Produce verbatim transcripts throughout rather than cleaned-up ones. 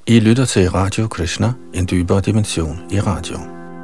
I lytter til Radio Krishna, en dybere dimension i radio.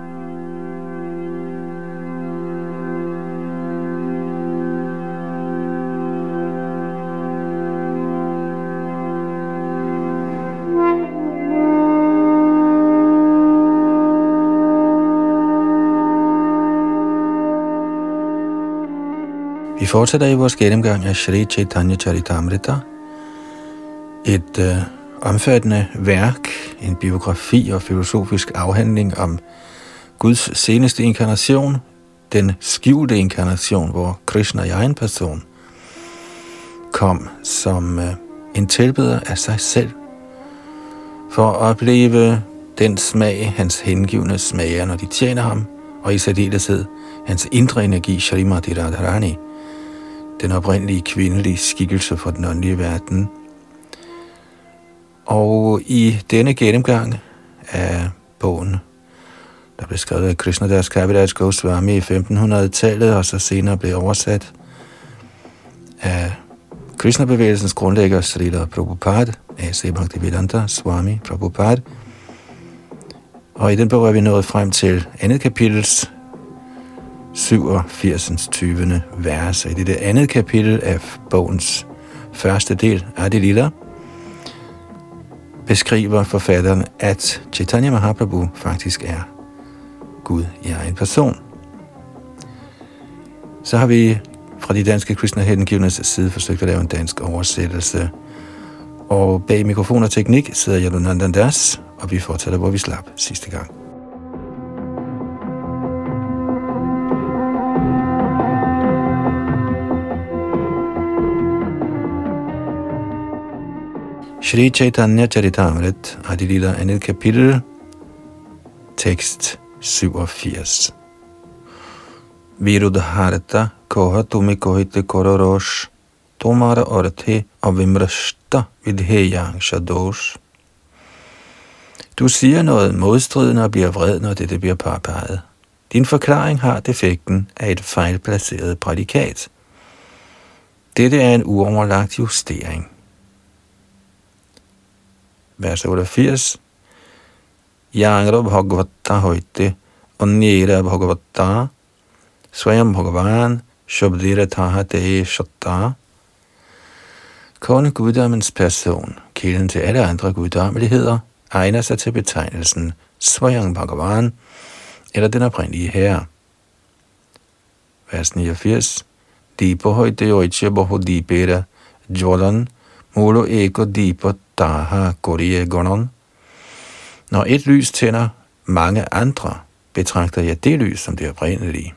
Vi fortsætter i vores gennemgang af Shri Chaitanya Charitamrita, et øh, omfattende værk, en biografi og filosofisk afhandling om Guds seneste inkarnation, den skjulte inkarnation, hvor Krishna i egen person kom som øh, en tilbeder af sig selv, for at opleve den smag, hans hengivne smager, når de tjener ham, og i særdeleshed hans indre energi, Shrimati Radharani, den oprindelige kvindelige skikkelse for den åndelige verden. Og i denne gennemgang af bogen, der blev skrevet af Krishnadas Kaviraj Goswami i femten hundrede-tallet, og så senere blev oversat af Krishna-bevægelsens grundlægger Srila Prabhupada, A C Bhaktivedanta Swami Prabhupada. Og i den bog er vi nået frem til andet kapitels syvogfirs. tyvende vers. Og i det andet kapitel af bogens første del, Adi Lila, beskriver forfatteren, at Chaitanya Mahaprabhu faktisk er Gud i egen person. Så har vi fra de danske Krishna-hengivnes side forsøgt at lave en dansk oversættelse. Og bag mikrofon og teknik sidder Yadunandan Das, og vi fortsætter, hvor vi slap sidste gang. Shri Chaitanya Charitamrita, Adi Lila, andet kapitel, tekst syvogfirs. Virudharta koha tumi kohite kororosh, tomara orte avimrashta vidheyang shadosh. Du siger noget modstridende og bliver vred, når dette bliver påpeget. Din forklaring har defekten af et fejlplaceret prædikat. Dette er en uoverlagt justering. Vers otteogfirs. Yangra bhagavata hoite, onyera bhagavata, swayam bhagavan, shabdira tahate shatta. Kun guddommens person, kilden til alle andre guddommeligheder, egner sig til betegnelsen Swayam Bhagavan, eller den oprindelige herre. Vers niogfirs. Dipo hoite oiche boho dipera, jvalan, molo eko dipo taha koriye gonon. Når et lys tænder mange andre, betragter jeg det lys som det oprindelige.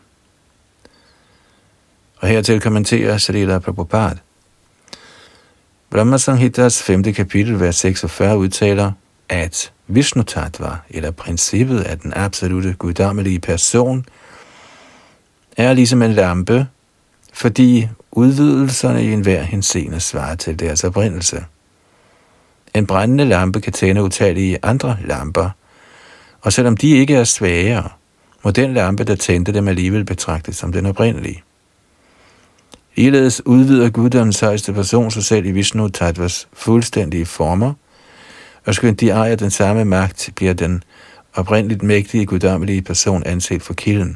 Og hertil kommenterer Srila Prabhupada. Brahma Samhitas femte kapitel, vers seksogfyrre, udtaler, at Vishnu Tattva, eller princippet af den absolute guddommelige person, er ligesom en lampe, fordi udvidelserne i enhver henseende svarer til deres oprindelse. En brændende lampe kan tænde utallige andre lamper, og selvom de ikke er svagere, må den lampe, der tændte dem, alligevel betragtes som den oprindelige. Ligeledes udvider guddommens højeste person sig selv i Vishnu Tattvas fuldstændige former, og skønt de ejer den samme magt, bliver den oprindeligt mægtige guddommelige person anset for kilden.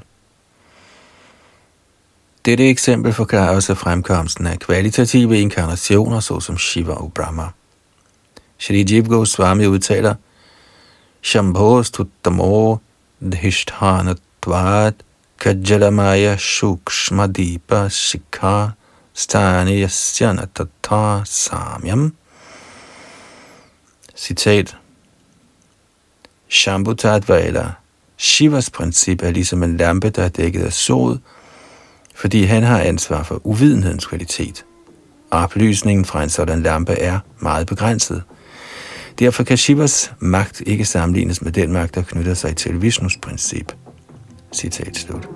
Dette eksempel forklarer også fremkomsten af kvalitative inkarnationer, såsom Shiva og Brahma. Shri Jiva Goswami udtaler, Shambhos tuttamo dhishthanatvat kajalamaya shukshmadipa shikha staniyasya tata samyam. Citat. Shambhu Tattva, eller Shivas princip, er ligesom en lampe, der er dækket af sod, fordi han har ansvar for uvidenhedens kvalitet. Oplysningen fra en sådan lampe er meget begrænset. Derfor kan Shivas magt ikke sammenlignes med den magt, der knytter sig til Vishnus princip. Citat slut.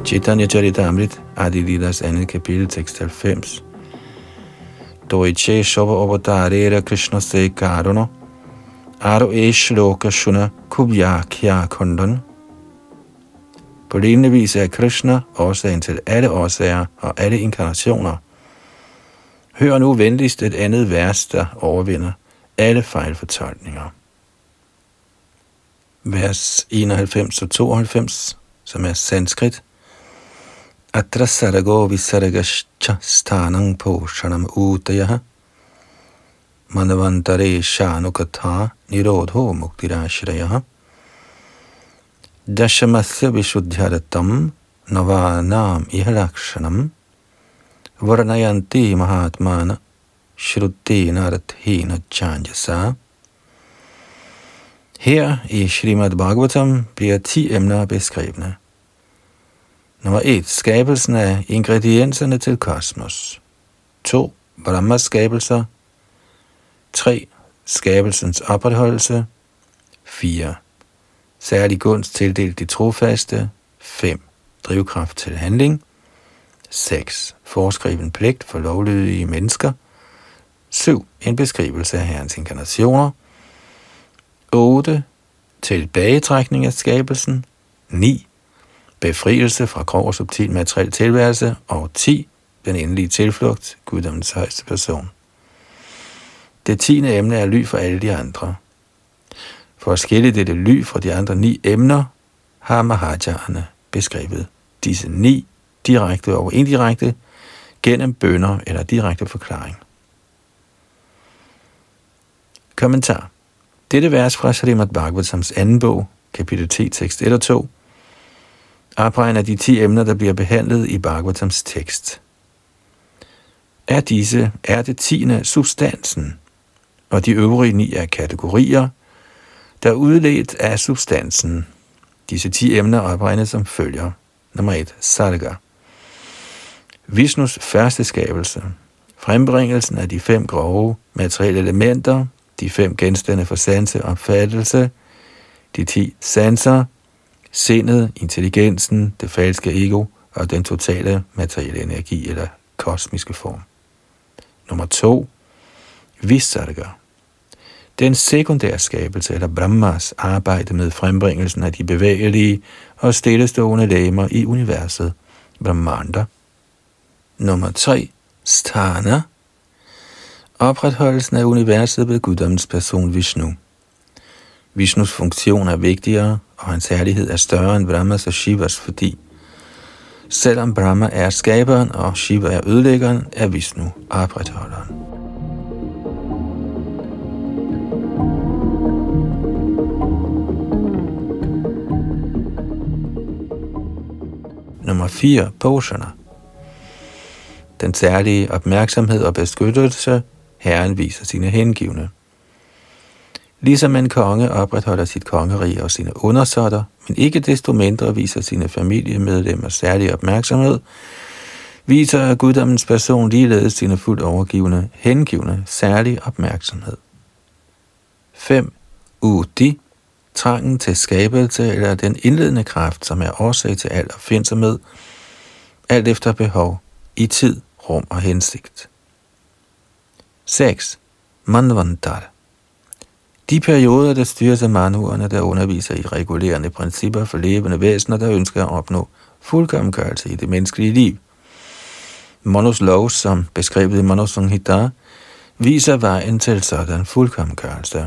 Chaitanya Charitamrit, Adi Lilas andet kapitel, tekst halvfems. Doiche Shobha Avatarera Krishna Se Karuna, Aro Eshloka Shuna Kubya Kya Kundan. På lignende vis er Krishna årsagen til alle årsager og alle inkarnationer. Hør nu venligst et andet vers, der overvinder alle fejlfortolkninger. Vers enoghalvfems og tooghalvfems, som er sanskrit. Atra sarago visargascha stanang poshanam utayaha manavantare shanukatha nirodho muktirashrayaha dashamasya vishuddhyaratam navanam ihalakshanam varnayanti mahatmana shruti narathina chanjasa. Her i Srimad Bhagavatam bliver ti emner beskrevne. Nummer et. Skabelsen af ingredienserne til kosmos. to. Brahmas skabelser. tre. Skabelsens opretholdelse. fire. Særlig gunst tildelt de trofaste. fem. Drivkraft til handling. seks. Foreskreven pligt for lovlydige mennesker. syv. En beskrivelse af Herrens inkarnationer. otte. Tilbagetrækning af skabelsen. ni. Befrielse fra grov og subtil materiel tilværelse. Og ti. Den endelige tilflugt, guddommens højeste person. Det tiende emne er ly for alle de andre. For at skille dette ly fra de andre ni emner, har Mahajarerne beskrevet disse ni direkte og indirekte gennem bønner eller direkte forklaring. Kommentar. Dette vers fra Srimad Bhagavatams anden bog, kapitel ti, tekst et og to, opregner de ti emner, der bliver behandlet i Bhagavatams tekst. Er disse er det tiende substansen, og de øvrige ni er kategorier, der er udledt af substansen. Disse ti emner opregnes som følger. Nummer et. Sarga. Vishnus første skabelse. Frembringelsen af de fem grove materielle elementer, de fem genstande for sanse og opfattelse, de ti sanser, sindet, intelligensen, det falske ego og den totale materielle energi eller kosmiske form. Nummer to. Visarga. Den sekundære skabelse eller Brahmas arbejde med frembringelsen af de bevægelige og stillestående legemer i universet, Brahmanda. Nummer tre. Sthana. Opretholdelsen af universet ved guddommens person Vishnu. Vishnus funktion er vigtigere, og hans herlighed er større end Brahmas og Shivas, fordi selvom Brahma er skaberen og Shiva er ødelæggeren, er Vishnu opretholderen. Nummer fire. Poshana. Den særlige opmærksomhed og beskyttelse, Herren viser sine hengivne. Ligesom en konge opretholder sit kongerige og sine undersåtter, men ikke desto mindre viser sine familiemedlemmer særlig opmærksomhed, viser guddommens person ligeledes sine fuldt overgivende, hengivne, særlig opmærksomhed. fem. Udi. Trangen til skabelse eller den indledende kraft, som er årsag til al opfindsomhed, alt efter behov, i tid, rum og hensigt. seks. Manvantar. De perioder, der styres af manuerne, der underviser i regulerende principper for levende væsener, der ønsker at opnå fuldkommengørelse i det menneskelige liv. Manus lov, som beskrevet i Manosamhita, viser vejen til sådan fuldkommengørelse.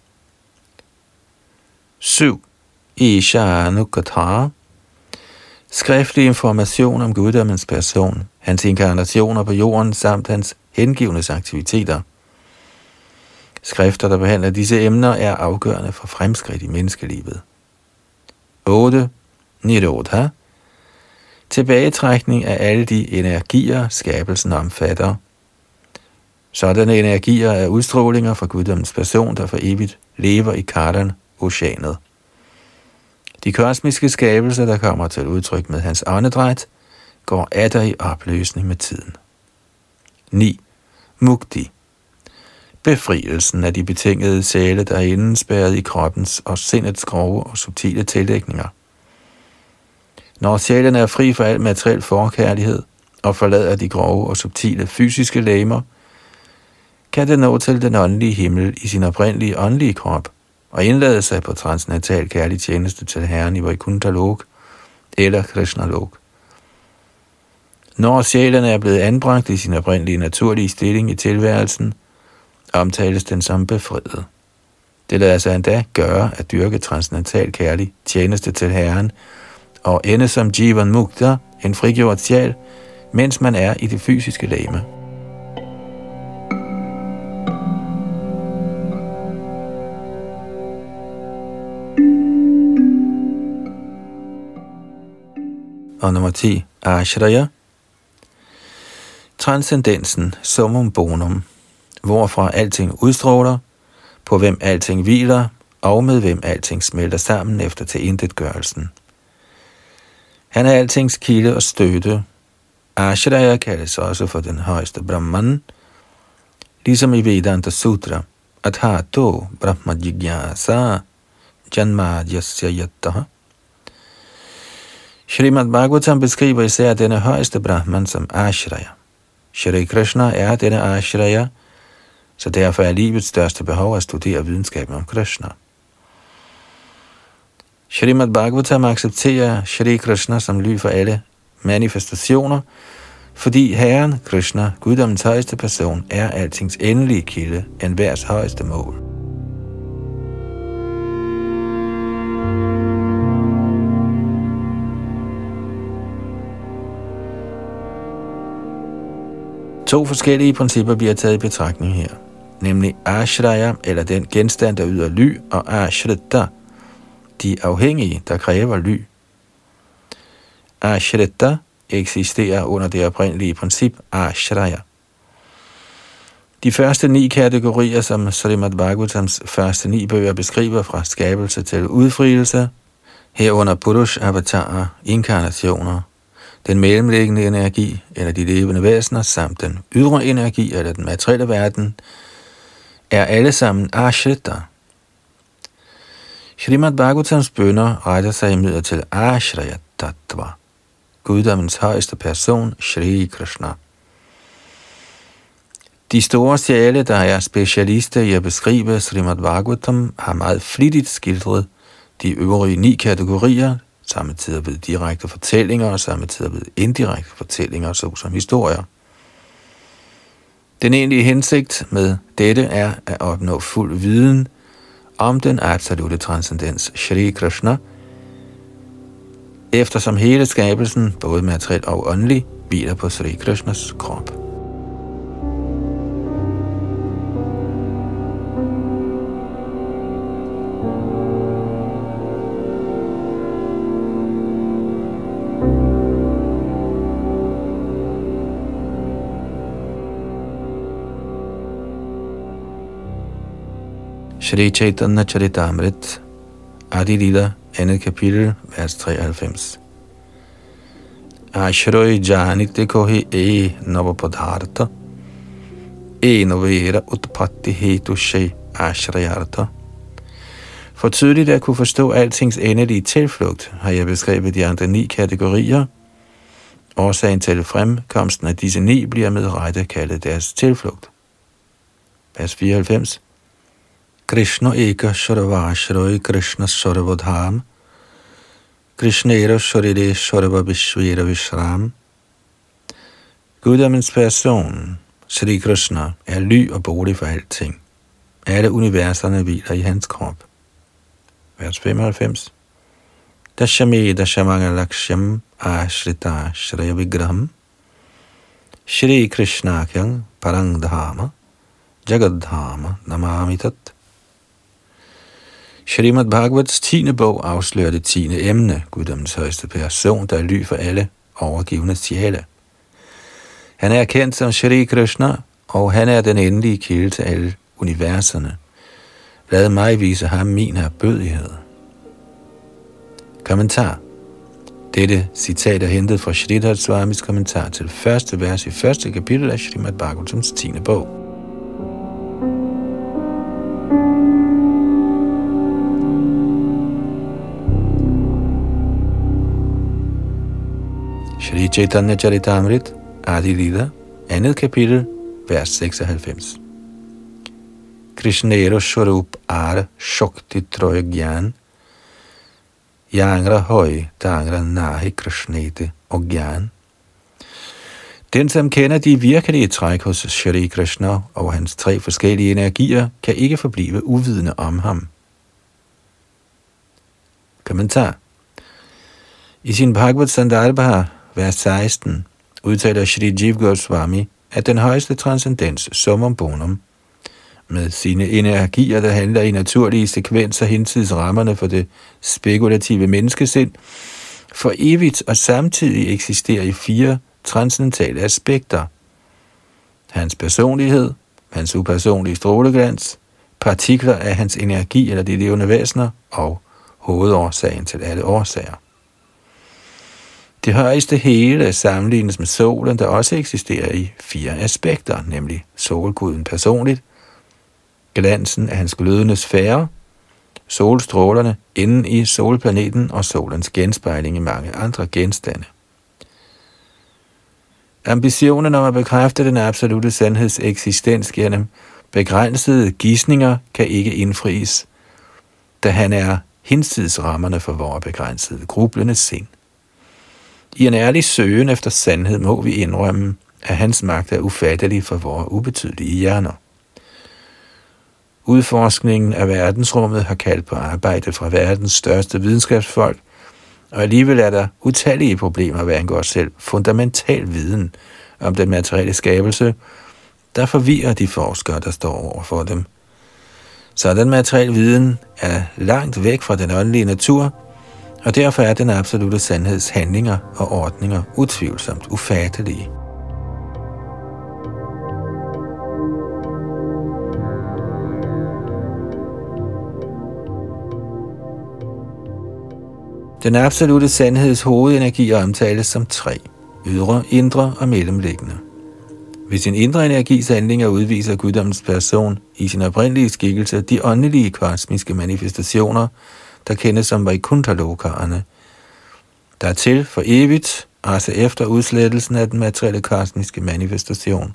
syv. Ishanukatha. Skriftlig information om guddommens person, hans inkarnationer på jorden samt hans hengivnes aktiviteter. Skrifter, der behandler disse emner, er afgørende for fremskridt i menneskelivet. otte. Nirodha. Tilbagetrækning af alle de energier, skabelsen omfatter. Sådanne energier er udstrålinger fra guddommens person, der for evigt lever i Karan, oceanet. De kosmiske skabelser, der kommer til udtryk med hans åndedræt, går atter i opløsning med tiden. ni. Mukti. Befrielsen af de betingede sjæle, der er indespærret i kroppens og sindets grove og subtile tildækninger. Når sjælen er fri for al materiel forkærlighed og forlader de grove og subtile fysiske legemer, kan det nå til den åndelige himmel i sin oprindelige åndelige krop og indlade sig på transcendental kærlig tjeneste til Herren i Vaikuntha Lok eller Krishna Lok. Når sjælen er blevet anbragt i sin oprindelige naturlige stilling i tilværelsen, omtales den som befriet. Det lader sig endda gøre at dyrke transcendental kærlig tjeneste til Herren og ende som Jivan Mukta, en frigjort sjæl, mens man er i det fysiske legeme. Og nummer ti. Ashraya. Transcendensen, summum bonum, hvorfra alting udstråler, på hvem alting hviler, og med hvem alting smelter sammen efter tilintetgørelsen. Han er altings kilde og støtte. Ashraya kaldes også for den højeste Brahman, ligesom i Vedanta Sutra, Athato Brahma Jigyasa Janmadyasya Yattaha. Srimad Bhagavatam beskriver især denne højeste Brahman som Ashraya. Shri Krishna er denne Ashraya, så derfor er livets største behov at studere videnskaben om Krishna. Srimad Bhagavatam accepterer Shri Krishna som ly for alle manifestationer, fordi Herren, Krishna, guddommens højeste person, er altings endelige kilde, enhvers højeste mål. To forskellige principper bliver taget i betragtning her, nemlig Ashraya, eller den genstand, der yder ly, og Ashrita, de afhængige, der kræver ly. Ashrita eksisterer under det oprindelige princip Ashraya. De første ni kategorier, som Srimad Bhagavatams første ni bøger beskriver fra skabelse til udfrielse, herunder Purush avatarer, inkarnationer, den mellemliggende energi, eller de levende væsener, samt den ydre energi, eller den materielle verden, er alle sammen Ashrita. Srimad Bhagavatams bønner retter sig imidlertid til Ashraya Tattva, guddommens højeste person, Shri Krishna. De store sjæle, der er specialister i at beskrive Srimad Bhagavatam, har meget flittigt skildret de øvrige ni kategorier, samtidig ved direkte fortællinger og samtidig ved indirekte fortællinger, såsom historier. Den egentlige hensigt med dette er at opnå fuld viden om den absolute transcendens Shri Krishna, eftersom hele skabelsen, både materiel og åndelig, hviler på Shri Krishnas krop. Shri Chaitanya Charitamrit, Adi Lila, andet kapitel, vers treoghalvfems. Ashroi janite kohi e navapadharta, e novera utpatti hetu she ashrayarta. For tydeligt at kunne forstå altings endelige tilflugt, har jeg beskrevet de andre ni kategorier. Årsagen til fremkomsten af disse ni bliver med rette kaldet deres tilflugt. Vers fireoghalvfems. Krishna eka sharavashroi Krishna sharavadham, Krishnera sharire sharava vishvera vishram. Guddommens person, Shri Krishna, er ly og bolig for alting. Alle universerne hviler i hans krop. Vers femoghalvfems. Dashame dashamanga laksham ashrita shraya vigraham, Shri Krishna kyang parang dhama jagadhama namamitat. Srimad Bhagavats tiende bog afslører det tiende emne, guddommens højeste person, der er ly for alle overgivne sjæle. Han er kendt som Shri Krishna, og han er den endelige kilde til alle universerne. Lad mig vise ham min erbødighed. Kommentar. Dette citat er hentet fra Sridhar Swamis kommentar til første vers i første kapitel af Srimad Bhagavatams tiende bog. Shri Chaitanya Charitamrit, Adi Lila, andet kapitel, vers seksoghalvfems. Krishnero Swarup Ar Shakti Troya Gyan, Yangra Høj, Tangra Nahi Krishnete og Gyan. Den, som kender de virkelige træk hos Shri Krishna og hans tre forskellige energier, kan ikke forblive uvidende om ham. Kommentar. I sin Bhagavad Sandarbha, vers seksten, udtaler Shri Jiva Goswami, at den højeste transcendens, summum bonum, med sine energier, der handler i naturlige sekvenser hinsides rammerne for det spekulative menneskesind, for evigt og samtidig eksisterer i fire transcendentale aspekter. Hans personlighed, hans upersonlige stråleglans, partikler af hans energi eller de levende væsener og hovedårsagen til alle årsager. Det højeste hele sammenlignes med solen, der også eksisterer i fire aspekter, nemlig solguden personligt, glansen af hans glødende sfære, solstrålerne inden i solplaneten og solens genspejling i mange andre genstande. Ambitionen om at bekræfte den absolute sandheds eksistens gennem begrænsede gidsninger kan ikke indfries, da han er hinsides rammerne for vores begrænsede grublende sind. I en ærlig søgen efter sandhed må vi indrømme, at hans magt er ufattelig for vores ubetydelige hjerner. Udforskningen af verdensrummet har kaldt på arbejde fra verdens største videnskabsfolk, og alligevel er der utallige problemer, hvad angår selv fundamental viden om den materielle skabelse, der forvirrer de forskere, der står over for dem. Så den materielle viden er langt væk fra den åndelige natur, og derfor er den absolute sandheds handlinger og ordninger utvivlsomt ufattelige. Den absolute sandheds hovedenergier omtales som tre: ydre, indre og mellemliggende. Ved sin indre energis handlinger udviser guddommens person i sin oprindelige skikkelse de åndelige kosmiske manifestationer, der kendes som Vaikuntha-lokaerne, der er til for evigt, altså efter udslettelsen af den materielle kosmiske manifestation.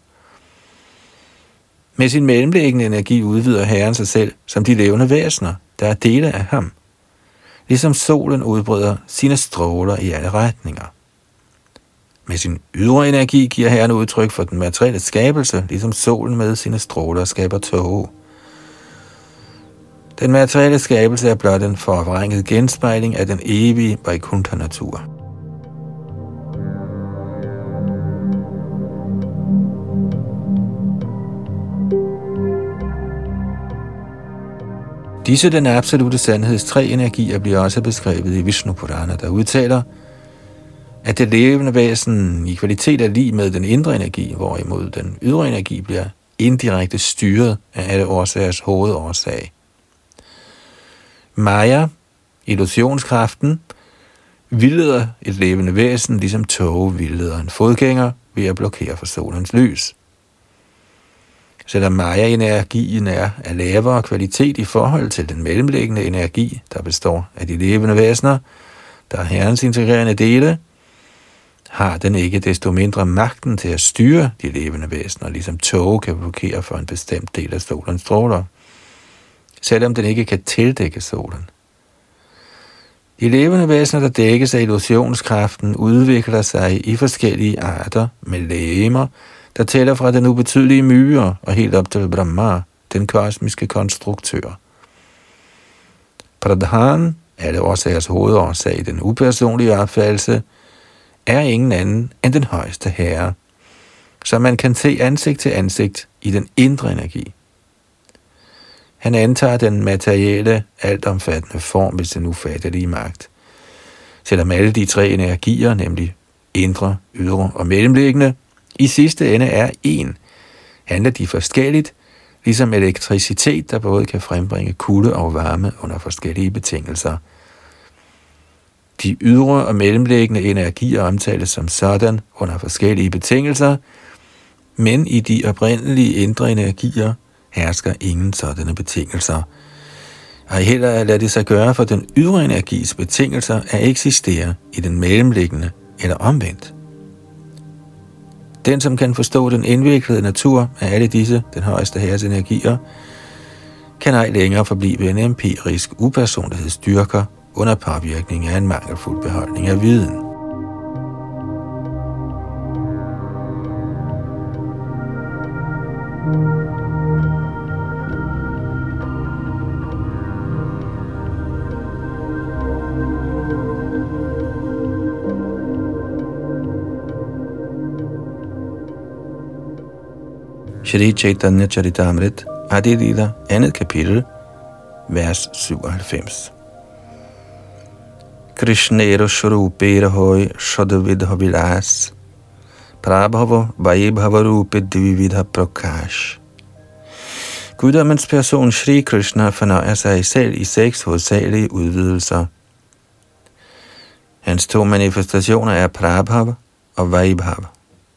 Med sin mellemliggende energi udvider Herren sig selv som de levende væsener, der er dele af ham, ligesom solen udbryder sine stråler i alle retninger. Med sin ydre energi giver Herren udtryk for den materielle skabelse, ligesom solen med sine stråler skaber tåge. Den materielle skabelse er blot en forvrænget genspejling af den evige Vaikuntha-natur. Disse den absolute sandheds tre energier bliver også beskrevet i Vishnu Purana, der udtaler, at det levende væsen i kvalitet er lig med den indre energi, hvorimod den ydre energi bliver indirekte styret af alle årsagers hovedårsag. Maya, illusionskraften, vildleder et levende væsen, ligesom tåge vildleder en fodgænger ved at blokere for solens lys. Selvom Maya-energien er af lavere kvalitet i forhold til den mellemliggende energi, der består af de levende væsener, der er Herrens integrerende dele, har den ikke desto mindre magten til at styre de levende væsener, ligesom tåge kan blokere for en bestemt del af solens stråler, selvom den ikke kan tildække solen. De levende væsener, der dækkes af illusionskraften, udvikler sig i forskellige arter med legemer, der tæller fra den ubetydelige myre og helt op til Brahma, den kosmiske konstruktør. Pradhan, alle årsagers hovedårsag, den upersonlige opfattelse, er ingen anden end den højeste herre, som man kan se ansigt til ansigt i den indre energi. Han antager den materielle, altomfattende form ved sin ufattelige magt. Selvom alle de tre energier, nemlig indre, ydre og mellemliggende, i sidste ende er én, handler de forskelligt, ligesom elektricitet, der både kan frembringe kulde og varme under forskellige betingelser. De ydre og mellemliggende energier omtales som sådan under forskellige betingelser, men i de oprindelige indre energier hersker ingen sådanne betingelser. Og heller lader det sig gøre for den ydre energis betingelser at eksistere i den mellemliggende eller omvendt. Den, som kan forstå den indviklede natur af alle disse, den højeste herres energier, kan ej længere forblive en empirisk upersonlighedsdyrker under påvirkning af en mangelfuld beholdning af viden. Shri Chaitanya Charitamrit, Adi Lila, andet kapitel, vers syvoghalvfems. Krishnero Shrupera Hoy Shadavidha Vilas Prabhava Vaibhava Rupe Dividha Prakash. Guddommens person Shri Krishna fornøjer sig selv i seks hovedsagelige udvidelser. Hans to manifestationer er Prabhava og Vaibhava.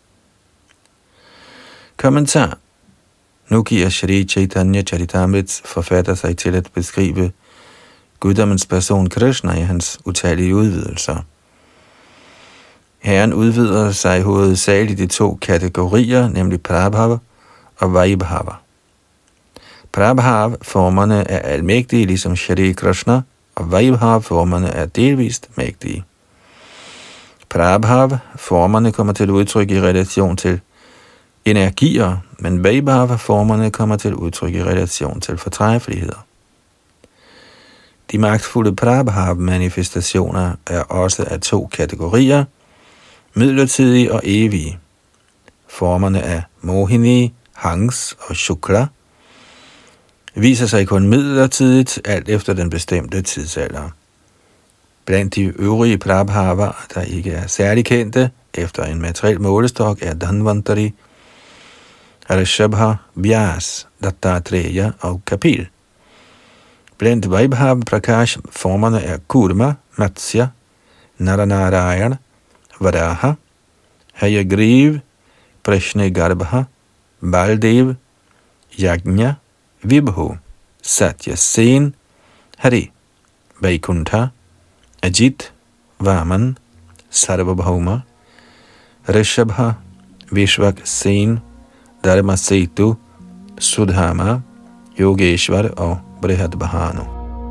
Kommentar. Nu giver Shri Chaitanya Charitamrits forfatter sig til at beskrive guddommens person Krishna i hans utallige udvidelser. Herren udvider sig hovedsageligt i to kategorier, nemlig Prabhava og Vaibhava. Prabhava formerne er almægtige, ligesom Shri Krishna, og Vaibhava formerne er delvist mægtige. Prabhava formerne kommer til udtryk i relation til energier, men Vaibhava-formerne kommer til udtryk i relation til fortræffeligheder. De magtfulde Prabhava-manifestationer er også af to kategorier, midlertidige og evige. Formerne af Mohini, Hangs og Shukla viser sig kun midlertidigt, alt efter den bestemte tidsalder. Blandt de øvrige Prabhava, der ikke er særlig kendte efter en materiel målestok, er Dhanvantari, Rishabha, Vyas, Dattatreya og Kapil. Blandt Vaibhava Prakash formerne er Kurma, Matsya, Naranarayana, Varaha, Hayagriv, Prashnegarbha, Baldev, Yajna, Vibhu, Satyasen, Hari, Vaikuntha, Ajit, Vaman, Sarvabhauma, Rishabha, Vishwak Sen, Dharma Setu, Sudhama, Yogeshwar og Brihadbhanu.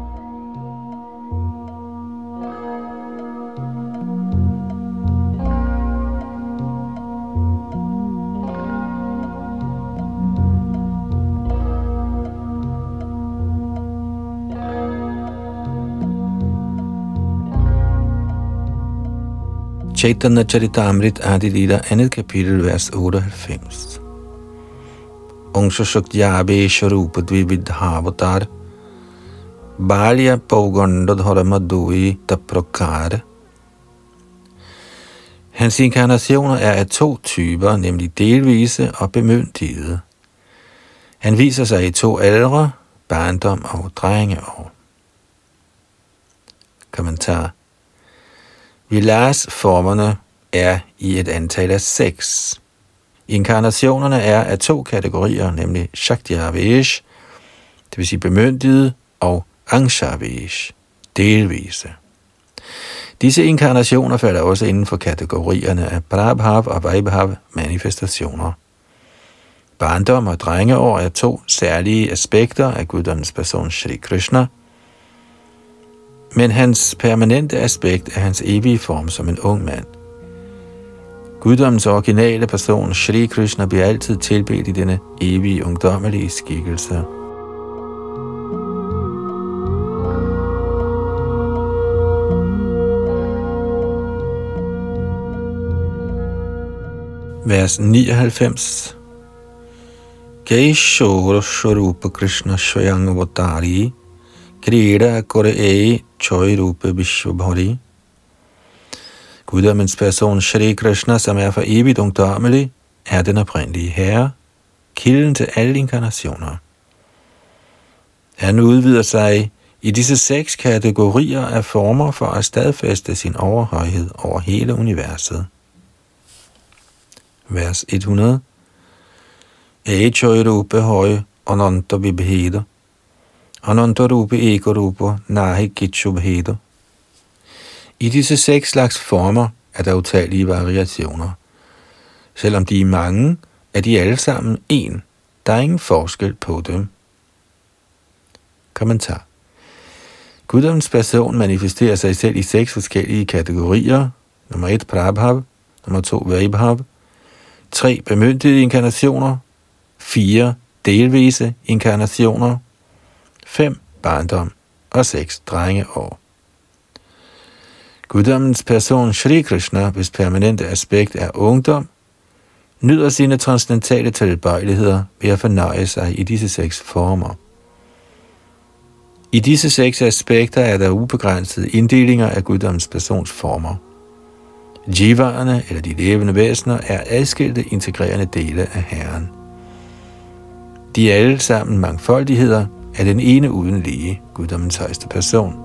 Chaitanya Charitamrit Adi Lila, andet kapitel, vers otteoghalvfems. Angsha Shaktyabe Sharupa Dvividhavatar Balya Pauganda Dharma Dui Taprakar. Hans inkarnationer er af to typer, nemlig delvise og bemyndigede. Han viser sig i to aldre, barndom og drengeår. Kommentar. Vilas-formerne er i et antal af seks. Inkarnationerne er af to kategorier, nemlig Shaktyavesh, det vil sige bemyndigede, og Angshavesh, delvise. Disse inkarnationer falder også inden for kategorierne af Prabhava og Vaibhava manifestationer. Barndom og drengeår er to særlige aspekter af guddommens person Shri Krishna, men hans permanente aspekt er hans evige form som en ung mand. Guddommens originale person Shri Krishna bliver altid tilbedt i denne evige ungdommelige skikkelse. Vers nioghalvfems. Kaishora Sharupa Krishna Swayang Avatari Krida Kore Choi Rupa Vishwabhari. Guddommens person Shri Krishna, som er for evigt ungdommelig, er den oprindelige herre, kilden til alle inkarnationer. Han udvider sig i disse seks kategorier af former for at stadfæste sin overhøjhed over hele universet. Vers hundrede. Echoi rupe høj, ananta vibheda, ananta rupe eko rupe, nahi kichu bheda. I disse seks slags former er der utallige variationer. Selvom de er mange, er de alle sammen én. Der er ingen forskel på dem. Kommentar. Guddommens person manifesterer sig selv i seks forskellige kategorier. Nummer et, Prabhav. Nummer to, Vaibhav. tre, bemyndigede inkarnationer. fire, delvise inkarnationer. fem, barndom. Og seks, drengeår. Guddommens person Shri Krishna, hvis permanente aspekt er ungdom, nyder sine transcendentale tilbøjeligheder ved at fornøje sig i disse seks former. I disse seks aspekter er der ubegrænsede inddelinger af guddommens persons former. Jivaerne, eller de levende væsener, er adskilte integrerende dele af Herren. De er alle sammen mangfoldigheder af den ene uden lige, guddommens højeste person.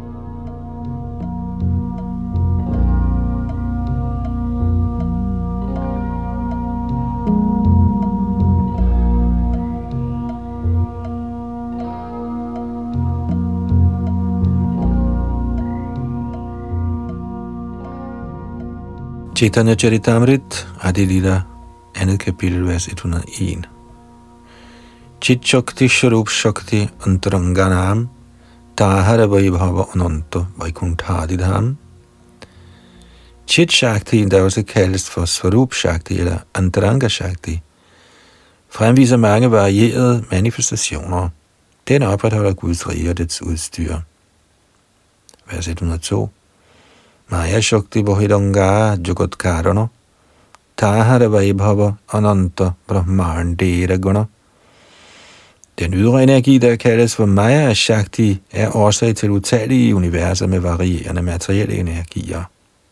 Chaitanya Charitamrit, Adi Lila, andet kapitel, vers et hundrede og en. Chit Shakti Sharup Shakti Antaranganam, Tahara Vaibhava Ananta Vaikuntadidham. Chit Shakti, der også kaldes for Svarup Shakti eller Antaranga Shakti, fremviser mange varierede manifestationer. Den opretholder Guds rige og dets udstyr. Vers et hundrede og to. Maya Shakti Bohiranga Jagat Karana Tahara Vaibhava Ananta Brahmandera Guna. Den ydre energi, der kaldes for Maya Shakti, er årsag til utallige universer med varierende materielle energier.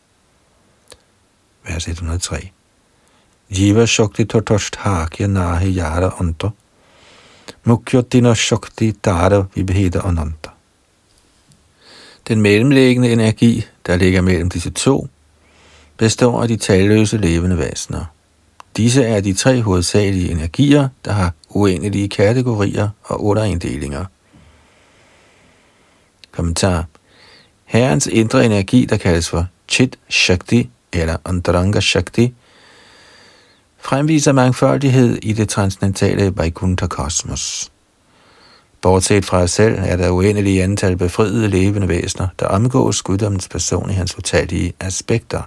Vers et hundrede og tre. Jiva Shakti Tatashthakya Nahi Yara Anta Mukyatina Shakti Tara Vibheda Ananta. Den mellemliggende energi, der ligger mellem disse to, består af de talløse levende væsener. Disse er de tre hovedsagelige energier, der har uendelige kategorier og underinddelinger. Kommentar. Herrens indre energi, der kaldes for Chit Shakti eller Antaranga Shakti, fremviser mangfoldighed i det transcendentale Vaikuntha-kosmos. Bortset fra os selv er der uendelige antal befriede levende væsener, der omgås guddommens person i hans utallige aspekter.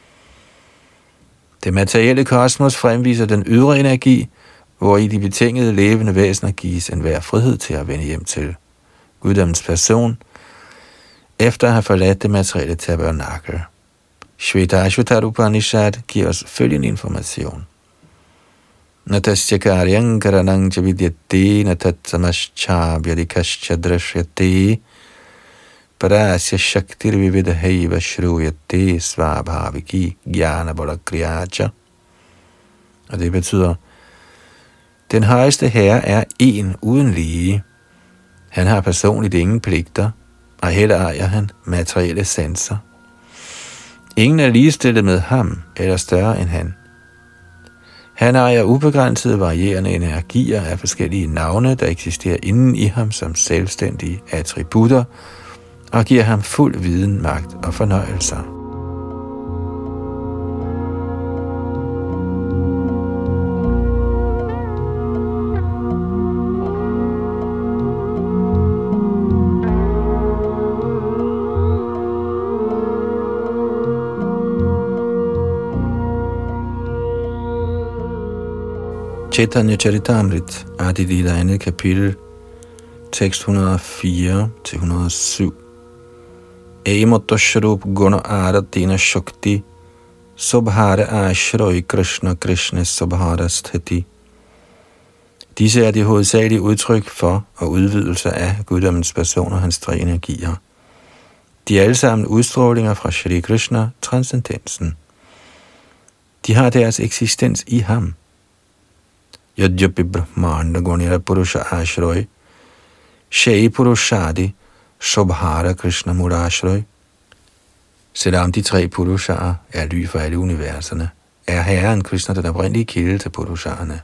Det materielle kosmos fremviser den ydre energi, hvor i de betingede levende væsener gives enhver frihed til at vende hjem til guddommens person, efter at have forladt det materielle tabernakel. Shvetashvatar Upanishad giver os følgende information. Natasya karyang karanang chavidyate natatsamascha vyadikascha drashyate parasya shaktir vividhaiva shruyate svabhaviki jnana balakriyacha. Og det betyder, den højeste herre er en uden lige. Han har personligt ingen pligter, og heller ejer han materielle sanser. Ingen er ligestillet med ham eller større end han. Han ejer ubegrænsede varierende energier af forskellige navne, der eksisterer inden i ham som selvstændige attributter, og giver ham fuld viden, magt og fornøjelser. Chaitanya Charitamrit, Adi Lila, andet kapitel, tekst et hundrede og fire til et hundrede og syv. Aimata Shrup Guna Aradina Shakti Subhara Ashroi Krishna Krishna Subhara Sthiti. Disse er de hovedsagelige udtryk for og udvidelse af guddommens person og hans tre energier. De er alle sammen udstrålinger fra Shri Krishna, transcendensen. De har deres eksistens i ham. Yadyapi Brahmanda Gunira Purusha Ashroi Shai Purushadi Subhara Krishna Murashroi. Selvom de tre Purushaer er ly for alle universerne, er Herren Krishna den oprindelige kilde til Purushaerne.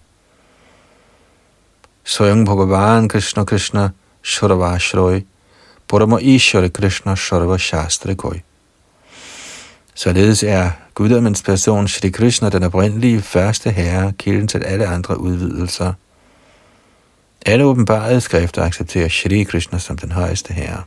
Swayam Bhagavan Krishna Krishna Shravashroi Purama Ishvara Krishna Shravashastrikoi. Således er guddommens person Shri Krishna den oprindelige første herre, kilden til alle andre udvidelser. Alle åbenbarede skrifter accepterer Shri Krishna som den højeste herre.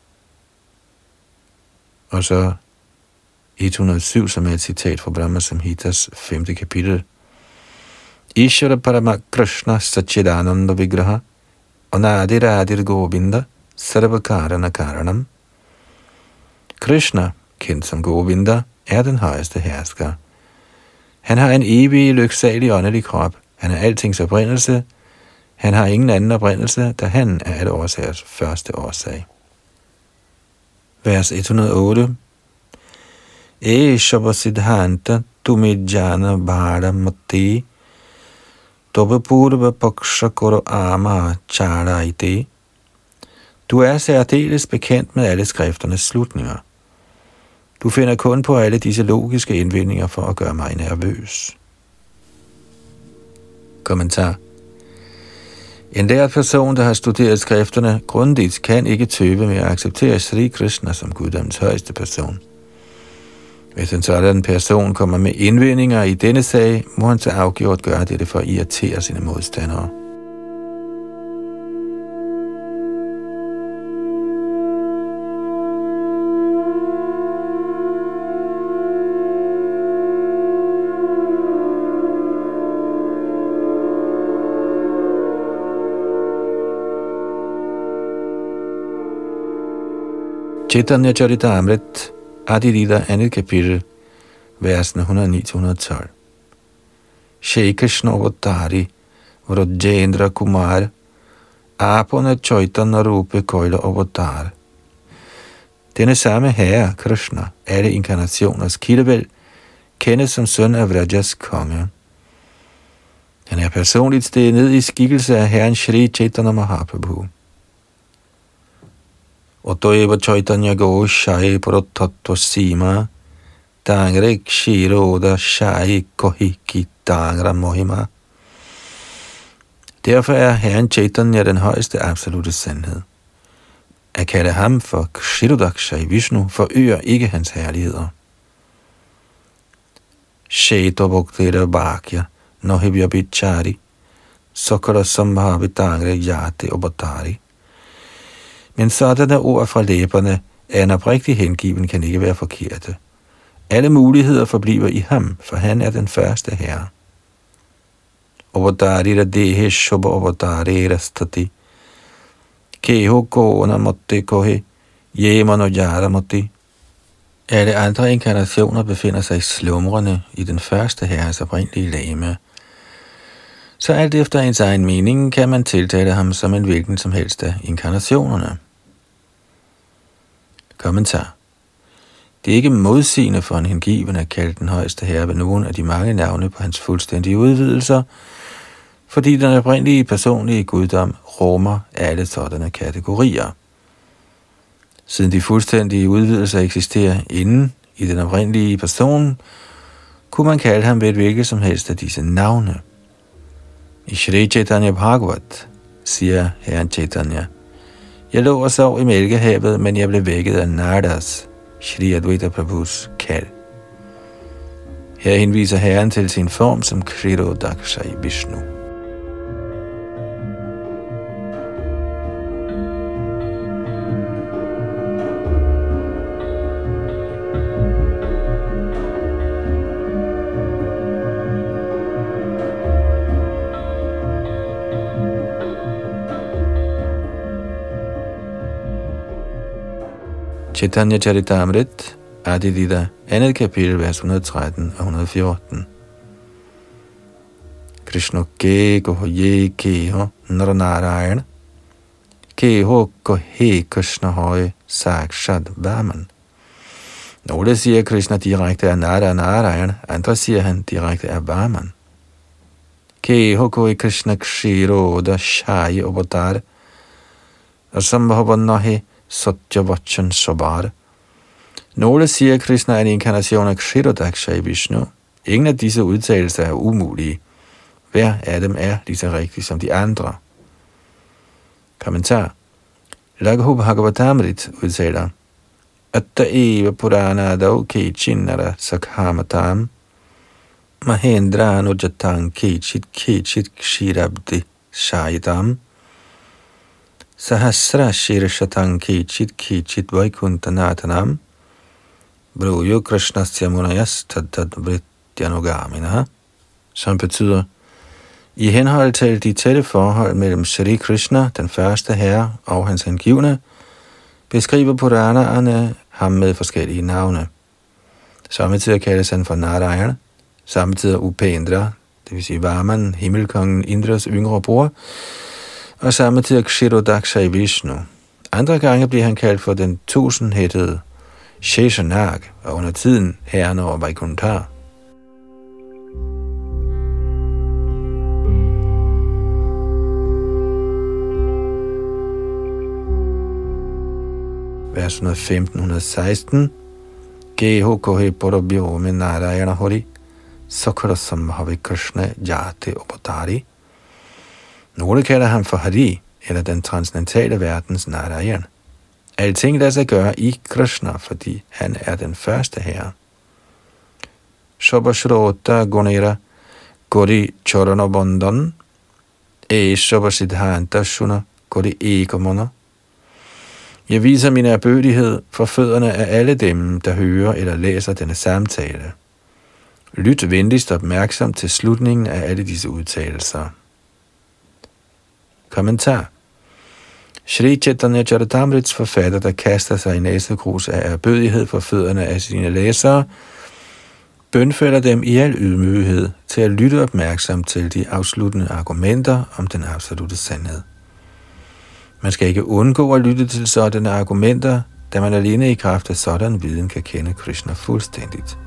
Og så et hundrede og syv, som er et citat fra Brahma Samhitas femte kapitel. Ishvara Parama Krishna Satchidananda Vigraha Anadiradir Govinda Sarvakarana Karanam. Krishna, kendt som Govinda, er den højeste hersker. Han har en evig, lyksalig åndelig krop. Han er altings oprindelse. Han har ingen anden oprindelse, da han er alle årsagers første årsag. Vers et hundrede og otte. Eshava Siddhanta Tumijana Bhara Mati Dobapurva Paksha Koro Ama Charaite. Du er særdeles bekendt med alle skrifternes slutninger. Du finder kun på alle disse logiske indvendinger for at gøre mig nervøs. Kommentar. En lært person, der har studeret skrifterne grundigt, kan ikke tøve med at acceptere Shri Krishna som guddommens højeste person. Hvis en sådan person kommer med indvendinger i denne sag, må han så afgjort gøre dette for at irritere sine modstandere. Chaitanya Charitamrit, Adilita, andet kapitel, versene et hundrede og ni til et hundrede og tolv. Shri Krishna Avatari, Vrajendra Kumar, Apana Chaitanya Rupe Koila Avatar. Denne samme herre, Krishna, alle inkarnationers kildevæld, kendes som søn af Vrajas konge. Han er personligt steget ned i skikkelse af herren Shri Chaitanya Mahaprabhu. Otoeva Chaitanya Goshai Pratattva Sima Tangre Kshiroda Shai Kohiki Tangra Mohima. Derfor er herren Chaitanya den højeste absolute sandhed. At kalde ham for Kshirodakshai Vishnu forøger ikke hans herligheder. Shaito Bhaktera Bhakya Nohibya Bichari Sakara Sambhavi Tangre Yate Obatari. Men sådanne ord fra læberne af en oprigtig hengiven kan ikke være forkerte. Alle muligheder forbliver i ham, for han er den første herre. Avatarira dehe shobha avatarira stati keho kona motte kohe yemano yara motti. Alle andre inkarnationer befinder sig slumrende i den første herres oprindelige legeme. Så alt efter ens egen mening kan man tiltale ham som en hvilken som helst af inkarnationerne. Kommentar. Det er ikke modsigende for en hengiven at kalde den højeste herre ved nogen af de mange navne på hans fuldstændige udvidelser, fordi den oprindelige personlige guddom rummer alle sådanne kategorier. Siden de fuldstændige udvidelser eksisterer inden i den oprindelige person, kunne man kalde ham ved et hvilket som helst af disse navne. I Shri Chaitanya Bhagavat siger herren Chaitanya: Jeg lå og sov i mælkehavet, men jeg blev vækket af Nardas, Shri Advaita Prabhus kald. Her henviser herren til sin form som Kshirodakshai Vishnu. Chaitanya Charitamrit, Adilita, andet kapitel, vers et hundrede og tretten og et hundrede og fjorten. Krishna ke go ye ke ho naranarayan ke ho go he Krishna hoy sakshat vaman. Nogle siger Krishna direkte er Naranarayan, andre siger han direkte er Vaman. Ke ho go Krishna Kshiroda Shai Avatar Asambhavanahe Satyavachan Sabar. Nogle siger, at Krishna er en inkarnation af Kshirodakshai Vishnu. Ingen af disse udtalelser er umulige. Hver af dem er lige så rigtig som de andre. Kommentar. Laghu Bhagavatamrit udtaler: Atta eva purana dau kechinnara sakhamatam Mahendra anujatang kechit kechit kshirabdi shayidam Sahasra shirshatang kechit kechit vaikuntanathanam Brujo krishnasya munayas taddad vrittyanugaminaha, som betyder, i henhold til de tætte forhold mellem Shri Krishna, den første herre, og hans hengivne, beskriver Puranaerne ham med forskellige navne. Samtidig kaldes han for Narayana, samtidig Upendra, det vil sige Varman, himmelkongen Indras yngre bror, og samtidig Kshirodaksha i Vishnu. Andre gange bliver han kaldt for den tusindhættede Sheshanag, og under tiden herren over Vaikuntha. Vers et hundrede femten til et hundrede seksten. Geho kohe porobyo med Narayana hori, sokarasam havi Krishna jate opatari. Nogle kalder ham for Hari, eller den transcendentale verdens Narayan. Alting lader sig gøre i Krishna, fordi han er den første herre. Shobashrota gunera gori charanabandhan e shobasiddhanta shuna gori ekamana. Jeg viser min erbødighed for fødderne af alle dem, der hører eller læser denne samtale. Lyt venligst opmærksomt til slutningen af alle disse udtalelser. Kommentar. Shri Chaitanya Charitamrits forfatter, der kaster sig i næsegrus af erbødighed for fødderne af sine læsere, bønfælder dem i al ydmyghed til at lytte opmærksomt til de afsluttende argumenter om den absolute sandhed. Man skal ikke undgå at lytte til sådanne argumenter, da man alene i kraft af sådan viden kan kende Krishna fuldstændigt.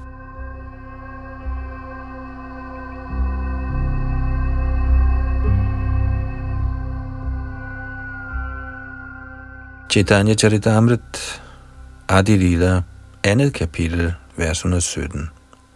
Chaitanya Charitamrit, Adi Lila, andet kapitel, vers et hundrede sytten.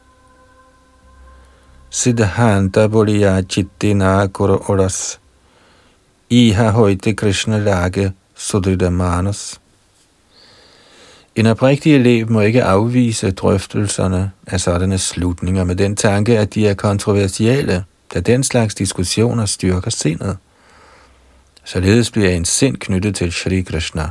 Siddhanta Boliya Chittina Koro Oras Iha Højte Krishna Lage Sudrida Manas. En oprigtig elev må ikke afvise drøftelserne af sådanne slutninger med den tanke, at de er kontroversielle, da den slags diskussioner styrker sindet. Således bliver en sind knyttet til Shri Krishna.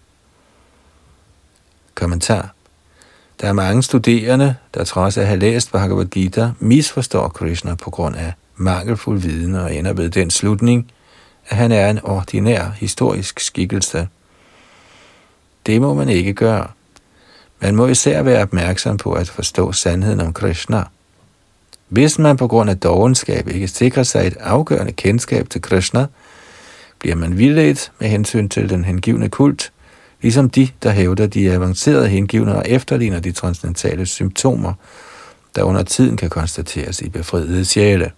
Kommentar. Der er mange studerende, der trods at have læst Bhagavad Gita, misforstår Krishna på grund af mangelfuld viden og ender ved den slutning, at han er en ordinær historisk skikkelse. Det må man ikke gøre. Man må især være opmærksom på at forstå sandheden om Krishna. Hvis man på grund af dovenskab ikke sikrer sig et afgørende kendskab til Krishna, bliver man vildledt med hensyn til den hengivne kult, ligesom de, der hævder de avancerede hengivne og efterligner de transcendentale symptomer, der under tiden kan konstateres i befriede sjæle.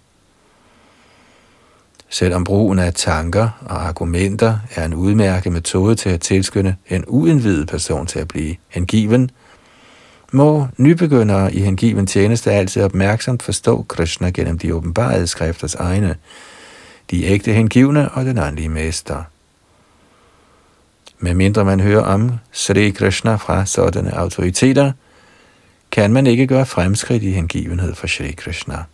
Selvom brugen af tanker og argumenter er en udmærket metode til at tilskynde en uindvidet person til at blive hengiven, må nybegyndere i hengiven tjeneste altid opmærksomt forstå Krishna gennem de åbenbarede skrifters egne, de ægte hengivne og den åndelige mester. Med mindre man hører om Shri Krishna fra sådanne autoriteter, kan man ikke gøre fremskridt i hengivenhed for Shri Krishna.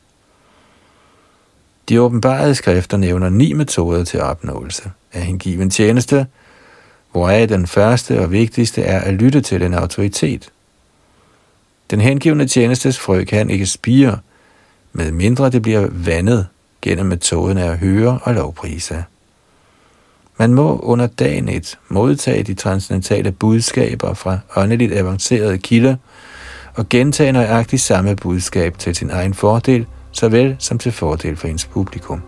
De åbenbarede skrifter nævner ni metoder til opnåelse af hengiven tjeneste, hvoraf den første og vigtigste er at lytte til en autoritet. Den hengivne tjenestes frø kan ikke spire, med mindre det bliver vandet gennem metoden af at høre og lovprise. Man må under dagen et modtage de transcendentale budskaber fra åndeligt avancerede kilder og gentage nøjagtigt samme budskab til sin egen fordel, såvel som til fordel for ens publikum.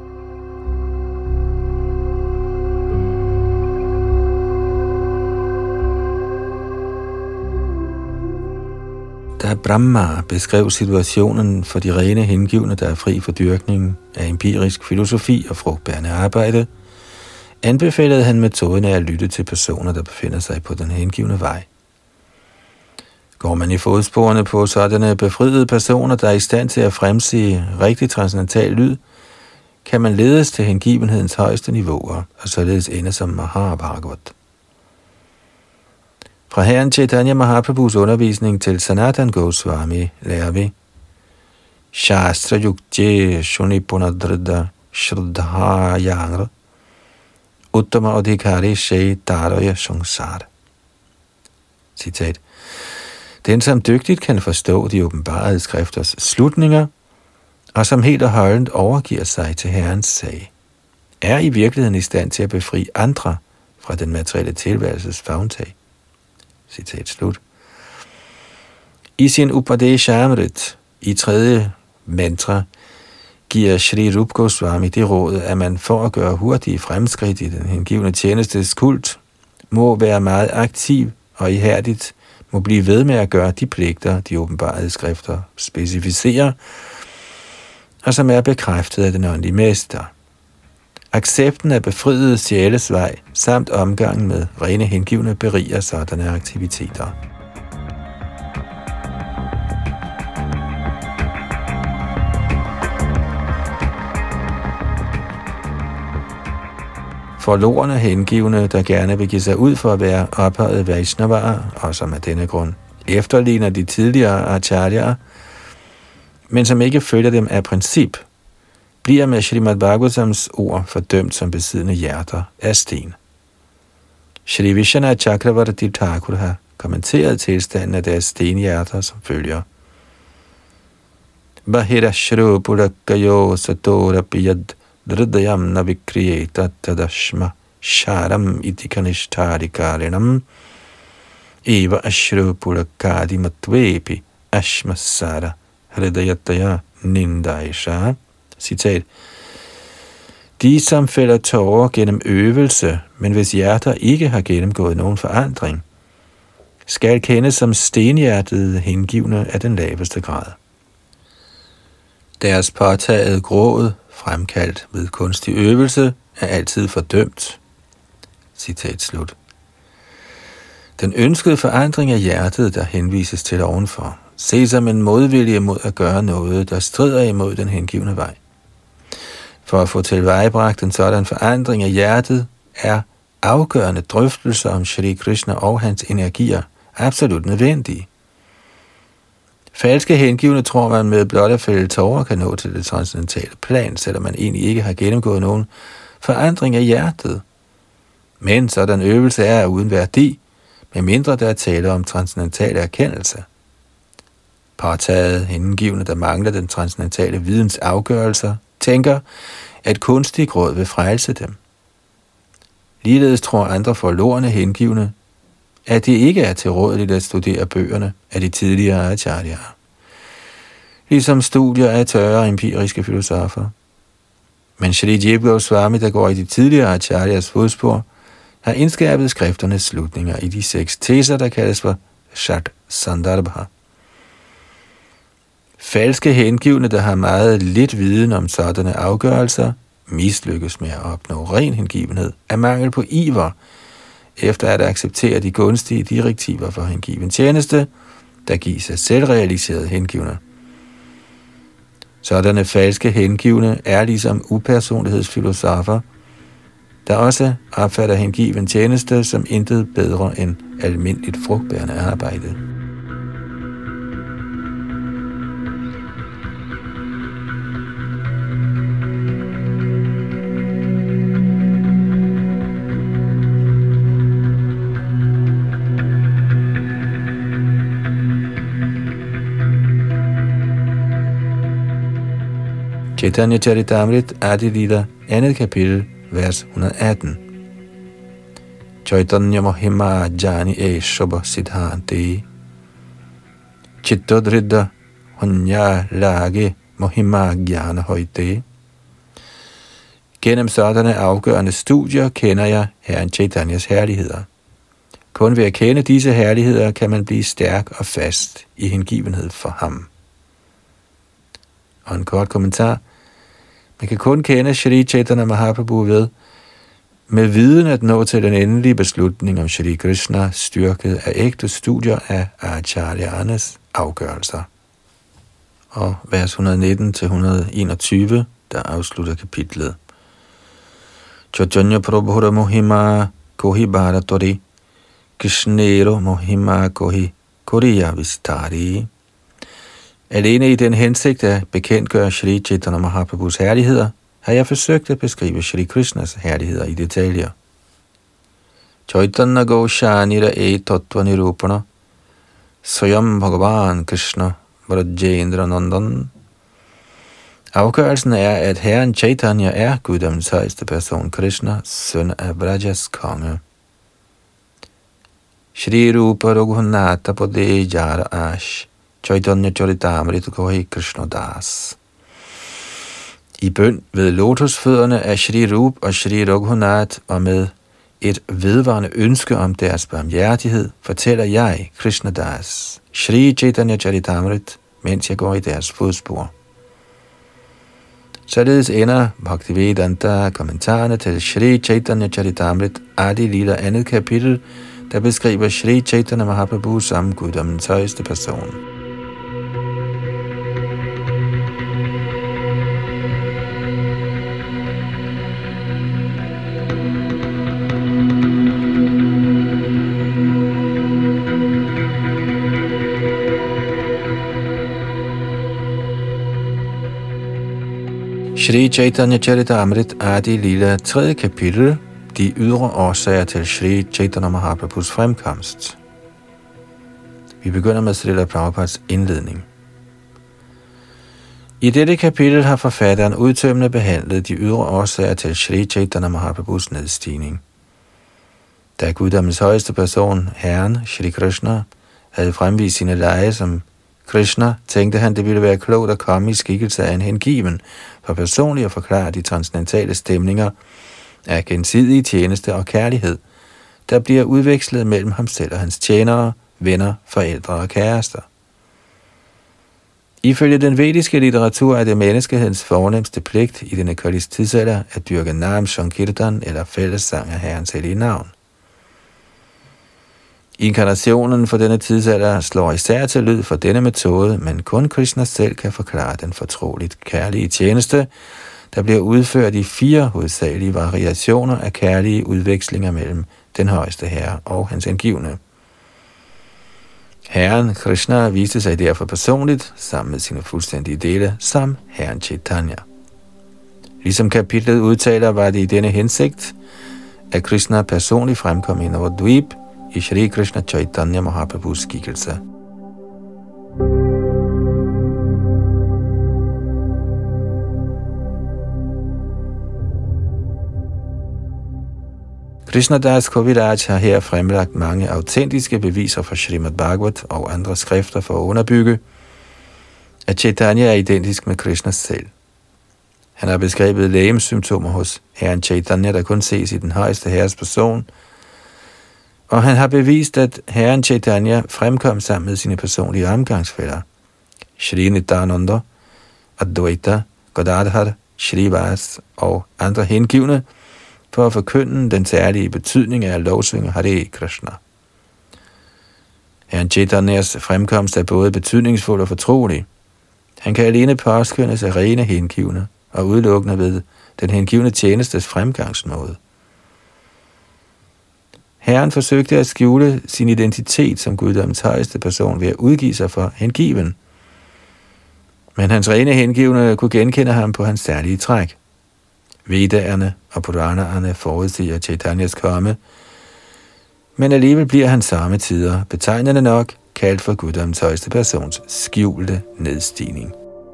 Da Brahma beskrev situationen for de rene hengivne, der er fri for dyrkningen af empirisk filosofi og frugtbærende arbejde, anbefalede han metoden af at lytte til personer, der befinder sig på den hengivne vej. Går man i fodsporene på sådanne befriede personer, der er i stand til at fremsige rigtig transcendental lyd, kan man ledes til hengivenhedens højeste niveauer, og således ende som Mahabhagavat. Fra herren Chaitanya Mahaprabhus undervisning til Sanatan Goswami lærer vi: Shastra yukje shunipunadrida shraddhayangra uttama adhikari shay daraya sangsara. Citat. Den, som dygtigt kan forstå de åbenbarede skrifters slutninger, og som helt og holdent overgiver sig til Herrens sag, er i virkeligheden i stand til at befri andre fra den materielle tilværelses favntag. Citat slut. I sin Upadeshamrit, i tredje mantra, giver Shri Rupa Goswami det råd, at man for at gøre hurtige fremskridt i den hengivne tjenestes kult, må være meget aktiv og ihærdigt, må blive ved med at gøre de pligter, de åbenbarede skrifter specificerer, og som er bekræftet af den åndelige mester. Accepten af befriede sjæles vej, samt omgangen med rene hengivne beriger sådanne aktiviteter. Forlorne hengivne, der gerne vil give sig ud for at være ophøjet Vaishnavaer, og som af denne grund efterligner de tidligere acharyaer, men som ikke følger dem af princip, bliver med Srimad Bhagavatams ord fordømt som besiddende hjerter af sten. Shri Vishwanath Chakravarti Thakur har kommenteret tilstanden af deres stenhjerter som følger: Bahira shru purakayo satora piyad dridayam navikriyeta tadashma sharam iti kanishtharikarinam eva ashru purakadi matvepi ashmasara hridayataya nindaisha. Citat. De, som fælder tårer gennem øvelse, men hvis hjerter ikke har gennemgået nogen forandring, skal kendes som stenhjertede hengivne af den laveste grad. Deres påtagede gråd, fremkaldt ved kunstig øvelse, er altid fordømt. Citat slut. Den ønskede forandring af hjertet, der henvises til ovenfor, ses som en modvilje mod at gøre noget, der strider imod den hengivne vej. For at få tilvejebragt en sådan forandring af hjertet, er afgørende drøftelser om Shri Krishna og hans energier absolut nødvendige. Falske hengivne tror man med blot at fælde tårer kan nå til det transcendentale plan, selvom man egentlig ikke har gennemgået nogen forandring af hjertet. Men sådan øvelse er uden værdi, medmindre der er tale om transcendental erkendelse. Påtaget hengivne, der mangler den transcendentale videns afgørelser, tænker, at kunstig råd vil frelse dem. Ligeledes tror andre forlorne hengivne, at det ikke er tilrådeligt at studere bøgerne af de tidligere acharyaer, ligesom studier af tørre empiriske filosofer. Men Shri Jiva Goswami, der går i de tidligere acharyas fodspor, har indskærpet skrifternes slutninger i de seks teser, der kaldes for Shat Sandarbha. Falske hengivne, der har meget lidt viden om sådanne afgørelser, mislykkes med at opnå ren hengivenhed af mangel på iver, efter at acceptere de gunstige direktiver for hengiven tjeneste, der gives af selvrealiserede hengivne. Sådanne falske hengivne er ligesom upersonlighedsfilosofer, der også opfatter hengiven tjeneste som intet bedre end almindeligt frugtbærende arbejde. Chaitanya Charitamrit Adi Lila, andet kapitel, vers et hundrede og atten. Chaitanya Mahima Jani E Shobha Siddhante Chittodridda Hunya Lage Mahima Gyana Hoite. Gennem sådanne afgørende studier kender jeg Herren Chaitanyas herligheder. Kun ved at kende disse herligheder kan man blive stærk og fast i hengivenhed for ham. Og en kort kommentar. Man kan kun kende Shri Chaitanya Mahaprabhu ved, med viden at nå til den endelige beslutning om Shri Krishna, styrket af ægte studier af Acharyaernes afgørelser. Og vers et hundrede og nitten til et hundrede og enogtyve, der afslutter kapitlet. Chaitanya Prabhura Mohima Kohibara Tori Krishnero Mohima Kohi Koriya Vistari. Alene i den hensigt at bekendtgøre Shri Chaitanya Mahaprabhus herligheder, har jeg forsøgt at beskrive Shri Krishnas herligheder i detaljer. Chaitanya Goshanira e Tattva Nirupana Swayam Bhagavan Krishna Vrajendra Nandan. Afgørelsen er, at Herren Chaitanya er guddommens højeste person, Krishna, søn af Vrajas konge. Shri Rupa Raghunatha Pade Jara Ash Chaitanya Charitamrita Kohi Krishna Das. I bøn ved lotusfødderne af Shri Rup og Shri Raghunath og med et vedvarende ønske om deres barmhjertighed, fortæller jeg, Krishna Das, Shri Chaitanya Charitamrit, mens jeg går i deres fodspor. Således ender Bhaktivedanta kommentarerne til Shri Chaitanya Charitamrit Adi Lila andet kapitel, der beskriver Shri Chaitanya Mahaprabhu som guddommens højeste person. Shri Chaitanya Charitamrit Adi Lila, tredje kapitel, de ydre årsager til Shri Chaitanya Mahaprabhus fremkomst. Vi begynder med Srila Prabhupads indledning. I dette kapitel har forfatteren udtømmende behandlet de ydre årsager til Shri Chaitanya Mahaprabhus nedstigning. Da guddommens højeste person, Herren, Shri Krishna, havde fremvist sine lege som Krishna, tænkte han, det ville være klogt at komme i skikkelse af en hengiven, for personligt at forklare de transcendentale stemninger af gensidige tjeneste og kærlighed, der bliver udvekslet mellem ham selv og hans tjenere, venner, forældre og kærester. Ifølge den vediske litteratur er det menneskehedens fornemste pligt i denne Kalis tidsalder at dyrke Nam Sankirtan eller fællessang af Herrens hellige navn. Inkarnationen for denne tidsalder slår især til lyd for denne metode, men kun Krishna selv kan forklare den fortroligt kærlige tjeneste, der bliver udført i fire hovedsagelige variationer af kærlige udvekslinger mellem den højeste herre og hans hengivne. Herren Krishna viste sig derfor personligt sammen med sine fuldstændige dele som Herren Chaitanya. Ligesom kapitlet udtaler, var det i denne hensigt, at Krishna personligt fremkom i Navadvip i Shri Krishna Chaitanya Mahaprabhus skikkelse. Krishna Das Kaviraj har her fremlagt mange autentiske beviser fra Srimad Bhagavat og andre skrifter for at underbygge, at Chaitanya er identisk med Krishna selv. Han har beskrevet legemssymptomer hos Herren Chaitanya, der kun ses i den højeste herres person, og han har bevist, at Herren Chaitanya fremkom sammen med sine personlige omgangsfæller, Shri Nityananda, Advaita, Gadadhar, Shrivas og andre hengivne, for at forkynde den særlige betydning af at lovsynge Hare Krishna. Herren Chaitanyas fremkomst er både betydningsfuld og fortrolig. Han kan alene påskyndes af rene hengivne og udelukkende ved den hengivne tjenestes fremgangsmåde. Herren forsøgte at skjule sin identitet som guddommens højeste person ved at udgive sig for hengiven. Men hans rene hengivne kunne genkende ham på hans særlige træk. Vedaerne og Puranaerne forudsiger Chaitanyas komme, men alligevel bliver han samme tider, betegnende nok, kaldt for guddommens højeste persons skjulte nedstigning.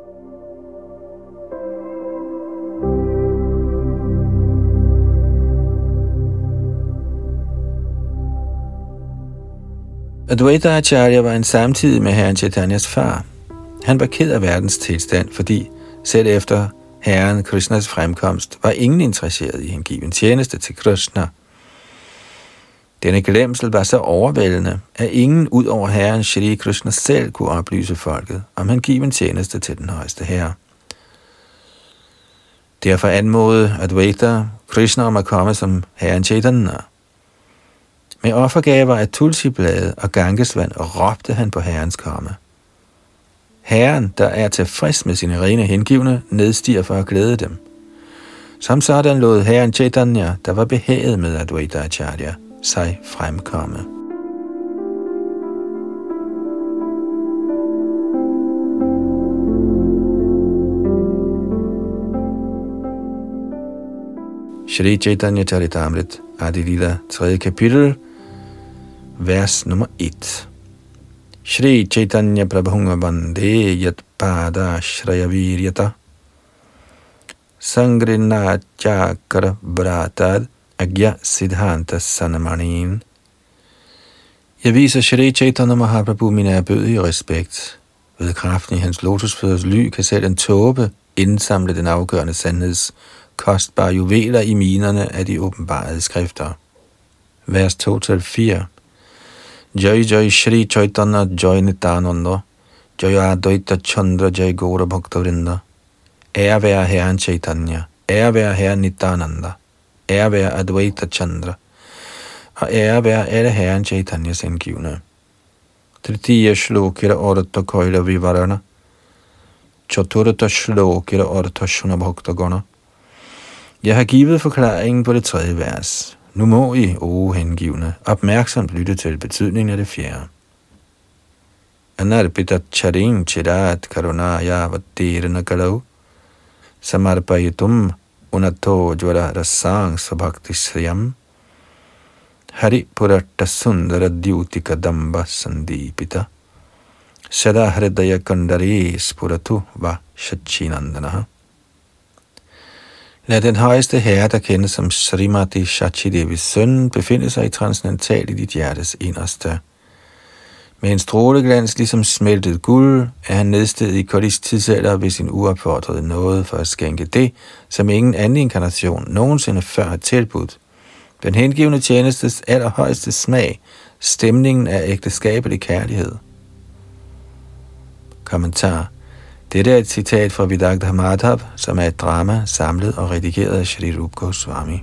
Advaita Acharya var en samtidig med Herren Chaitanyas far. Han var ked af verdens tilstand, fordi selv efter Herren Krishnas fremkomst var ingen interesseret i hengiven tjeneste til Krishna. Denne glemsel var så overvældende, at ingen ud over Herren Shri Krishna selv kunne oplyse folket om hengiven tjeneste til den højeste herre. Derfor anmodede Advaita Krishna om at komme som Herren Chaitanya. Med offergaver af tulsiblade og gangesvand råbte han på Herrens komme. Herren, der er tilfreds med sine rene hengivne, nedstiger for at glæde dem. Som sådan lod Herren Chaitanya, der var behaget med Advaita Acharya, sig fremkomme. Shri Chaitanya Charitamrit, Adi Lila, tredje kapitel, vers nummer et. Shri Chaitanya Prabhunga Vande Yat Pada Shraya Viryata Sangrina Chakra Bratad Agya Siddhanta Sanamanin. Jeg viser Shri Chaitanya Mahaprabhu min ærbødige respekt. Ved kraften i hans lotusfødders ly kan selv en tåbe indsamle den afgørende sandheds kostbare juveler i minerne af de åbenbarede skrifter. Vers to til fire. Jai Jai Shri Chaitanya Jai Nityananda Jai Advaita Chandra Jai Gaura Bhaktavrinda. Ære være Herren Chaitanya, ære være Herren Nityananda, ære være Advaita Chandra, og ære være alle Herren Chaitanyas indgivne. Tritiya Shlokira Orta Koila Vivarana Chaturata Shlokira Orta Shuna Bhaktagana. Jeg har givet forklaringen på det tredje vers. Nu må I, o hengivne, opmærksomt lytte til betydningen af det fjerde. Anarpita charing chirat karunaya vatirana kalau samarpayitum unato jvara rasang sabhakti sriyam hari puratta sundara dyutika damba sandipita sada hridaya kandari spuratu va shachinandana. Lad den højeste herre, der kendes som Srimati Shachidevis søn, befinde sig i transcendental i dit hjertes inderste. Med en stråleglans ligesom smeltet guld, er han nedstedet i Kolis tidsalder ved sin uopfordrede nåde for at skænke det, som ingen anden inkarnation nogensinde før har tilbudt. Den hengivne tjenestes allerhøjeste smag, stemningen af ægteskabelig kærlighed. Kommentar. Dette er et citat fra Vidagdha Madhav, som er et drama samlet og redigeret af Shri Rupa Goswami.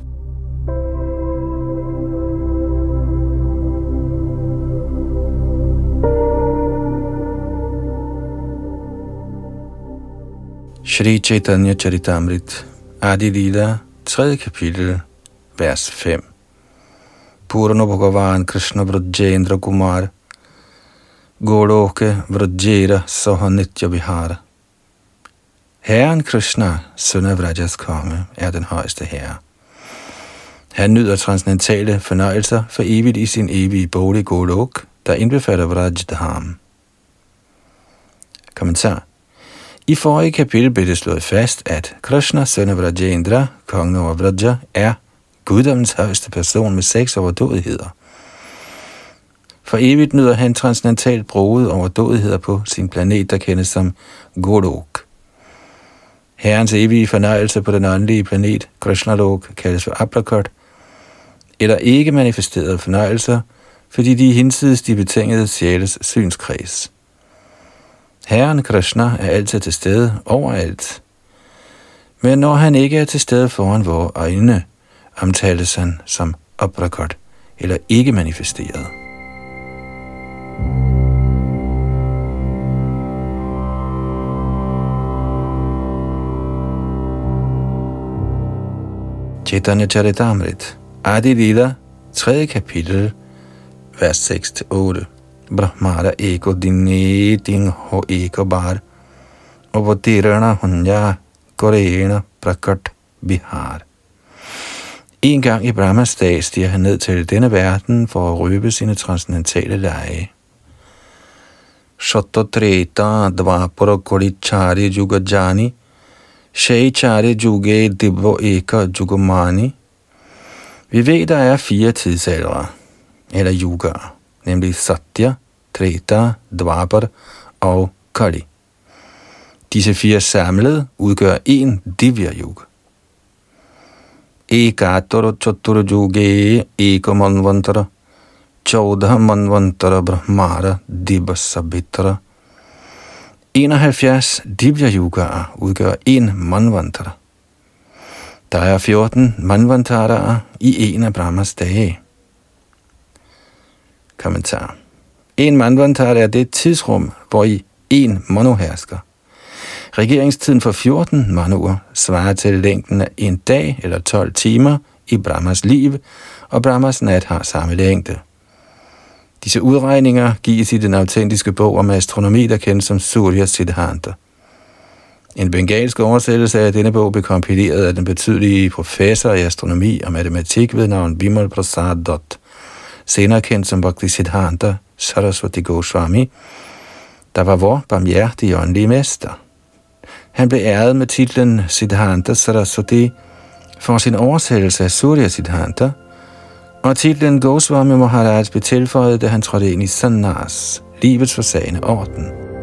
Shri Chaitanya Charitamrit, Adi Lila, tredje kapitel, vers fem. Purana Bhagavan Krishna Vrajendra Kumar Goloke Vrajera Soha Nitya Vihara. Herren Krishna, søn af Vrajas konge, er den højeste herre. Han nyder transcendentale fornøjelser for evigt i sin evige bolig Golok, der indbefatter Vrajdham. Kommentar. I forrige kapitel blev det slået fast, at Krishna, søn af Vrajendra, kongen over Vraja, er guddommens højeste person med seks overdådigheder. For evigt nyder han transcendentalt broget overdådigheder på sin planet, der kendes som Golok. Herrens evige fornøjelse på den åndelige planet, Krishnalok, kaldes for Aplakot, eller ikke manifesterede fornøjelser, fordi de er hinsides de betingede sjæles synskreds. Herren Krishna er altid til stede overalt, men når han ikke er til stede foran vores øjne, omtales han som Aplakot, eller ikke manifesteret. Chaitanya Charitamrit, Adi Lila, tredje kapitel, vers seks til otte. Brahmara eko dine ting ho eko bar, avatirana hunya korena prakat bihar. En gang i Brahmas dag stiger han ned til denne verden for at røbe sine transcendentale lege. Shototreta dvapura kolichari jugajani Shaichari Juge Dibbo Eka Jugumani. Vi ved, der er fire tidsaldre, eller yugaer, nemlig Satya, Treta, Dvapar og Kali. Disse fire samlet udgør en Divya Yuga. Eka Toro Choturu Juge Eka Manvantara Chaudha Manvantara Brahmara Dibba Sabitra. enoghalvfjerds Divya Yugaer udgør en Manvantara. Der er fjorten Manvantaraer i en af Brahmas dage. Kommentar. En Manvantara er det tidsrum, hvor i en Manu hersker. Regeringstiden for fjorten Manuer svarer til længden af en dag eller tolv timer i Brahmas liv, og Brahmas nat har samme længde. Disse udregninger gives i den autentiske bog om astronomi, der kendes som Surya Siddhanta. En bengalsk oversættelse af denne bog blev kompileret af den betydelige professor i astronomi og matematik ved navn Bimal Prasad Dutt, senere kendt som Bhaktisiddhanta Saraswati Goswami, der var vor barmhjertige åndelige mester. Han blev æret med titlen Siddhanta Saraswati for sin oversættelse af Surya Siddhanta, og titlen Goswami Maharaj blev tilføjet, da han trådte ind i sannyas, livets forsagende orden.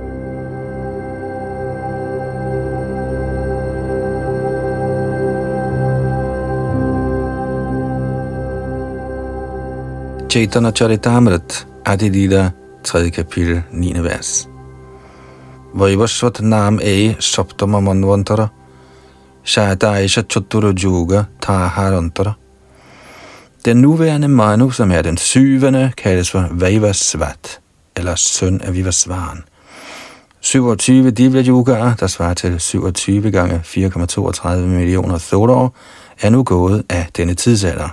Chaitanya Charitamrita, Adi Lila, tredje kapitel, niende vers. Vaivasvat nam e saptama manvantara, shadaisha chatura yoga taharantara. Den nuværende Manu, som er den syvende, kaldes for Vaivasvat, eller søn af Vivasvan. syvogtyve divya yogaer, der svarer til syvogtyve gange fire komma toogtredive millioner solar, er nu gået af denne tidsalder.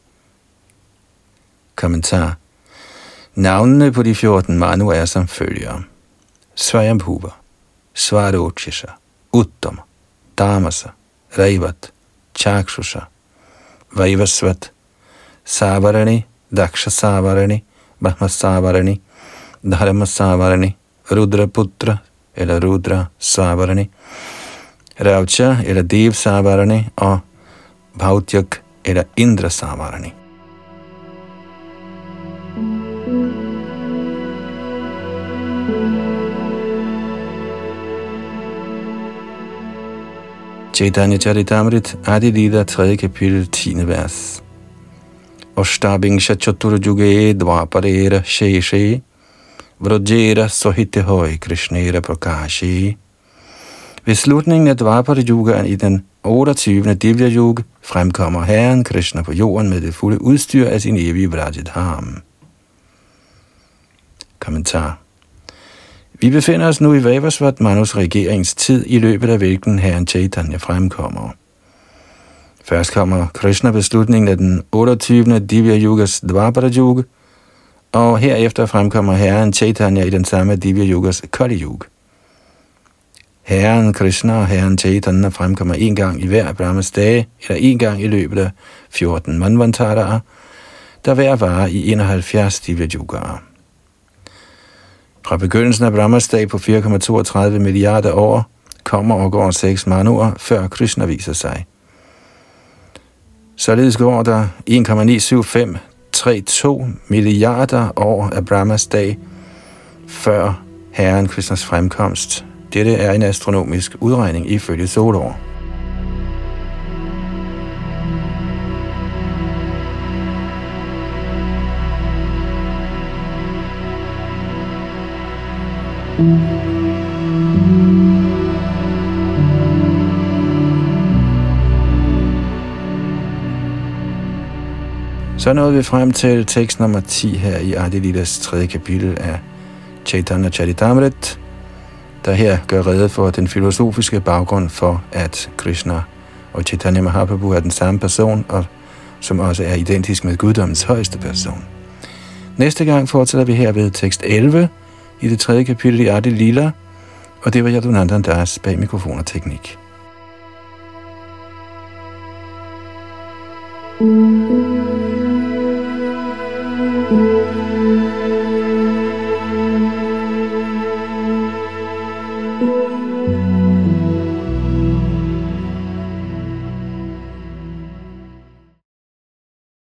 Kommentar. Navnene på de fjorten Manu er som følger: Swayambhuva, Svarochisha, Uttama, Tamasa, Raivat, Chakshusha, Vaivasvat, Savarani, Daksha Savarani, Brahma Savarani, Dharma Savarani, Rudra Putra eller Rudra Savarani, Raucha eller Dev Savarani og Bhautyak eller Indra Savarani. Chaitanya Charitamrita, Adi Lila, tredje kapitel, tiende vers. Ashtabhingsha chatur yuge dvaparera sheshe vrajera sohitehoi krishnera prakashi. Ved slutningen af Dvapara-yugaen i den otteogtyvende Divya Yuga fremkommer Herren Krishna på jorden med det fulde udstyr af sin evige Vrajadham. Kommentar. Vi befinder os nu i Vaivasvat Manus regeringstid, i løbet af hvilken Herren Chaitanya fremkommer. Først kommer Krishna ved slutningen af den otteogtyvende Divya Yugas Dvapara Yuga, og herefter fremkommer Herren Chaitanya i den samme Divya Yugas Kali Yuga. Herren Krishna og Herren Chaitanya fremkommer en gang i hver Brahmas dage, eller en gang i løbet af fjorten Manvantaraer, der hver varer i enoghalvfjerds Divya Yugaer. Fra begyndelsen af Brahmas dag på fire komma toogtredive milliarder år kommer og går seks manuer, før Krishna viser sig. Således går der en komma ni syv fem tre to milliarder år af Brahmas dag, før Herren Krishnas fremkomst. Dette er en astronomisk udregning ifølge solår. Så nåede vi frem til tekst nummer ti her i Adi Lilas tredje kapitel af Chaitanya Charitamrita, der her gør rede for den filosofiske baggrund for, at Krishna og Chaitanya Mahaprabhu er den samme person, og som også er identisk med guddommens højeste person. Næste gang fortsætter vi her ved tekst elleve i det tredje kapitel i Adi Lila, og det var Yadunandan Das bag mikrofon og teknik.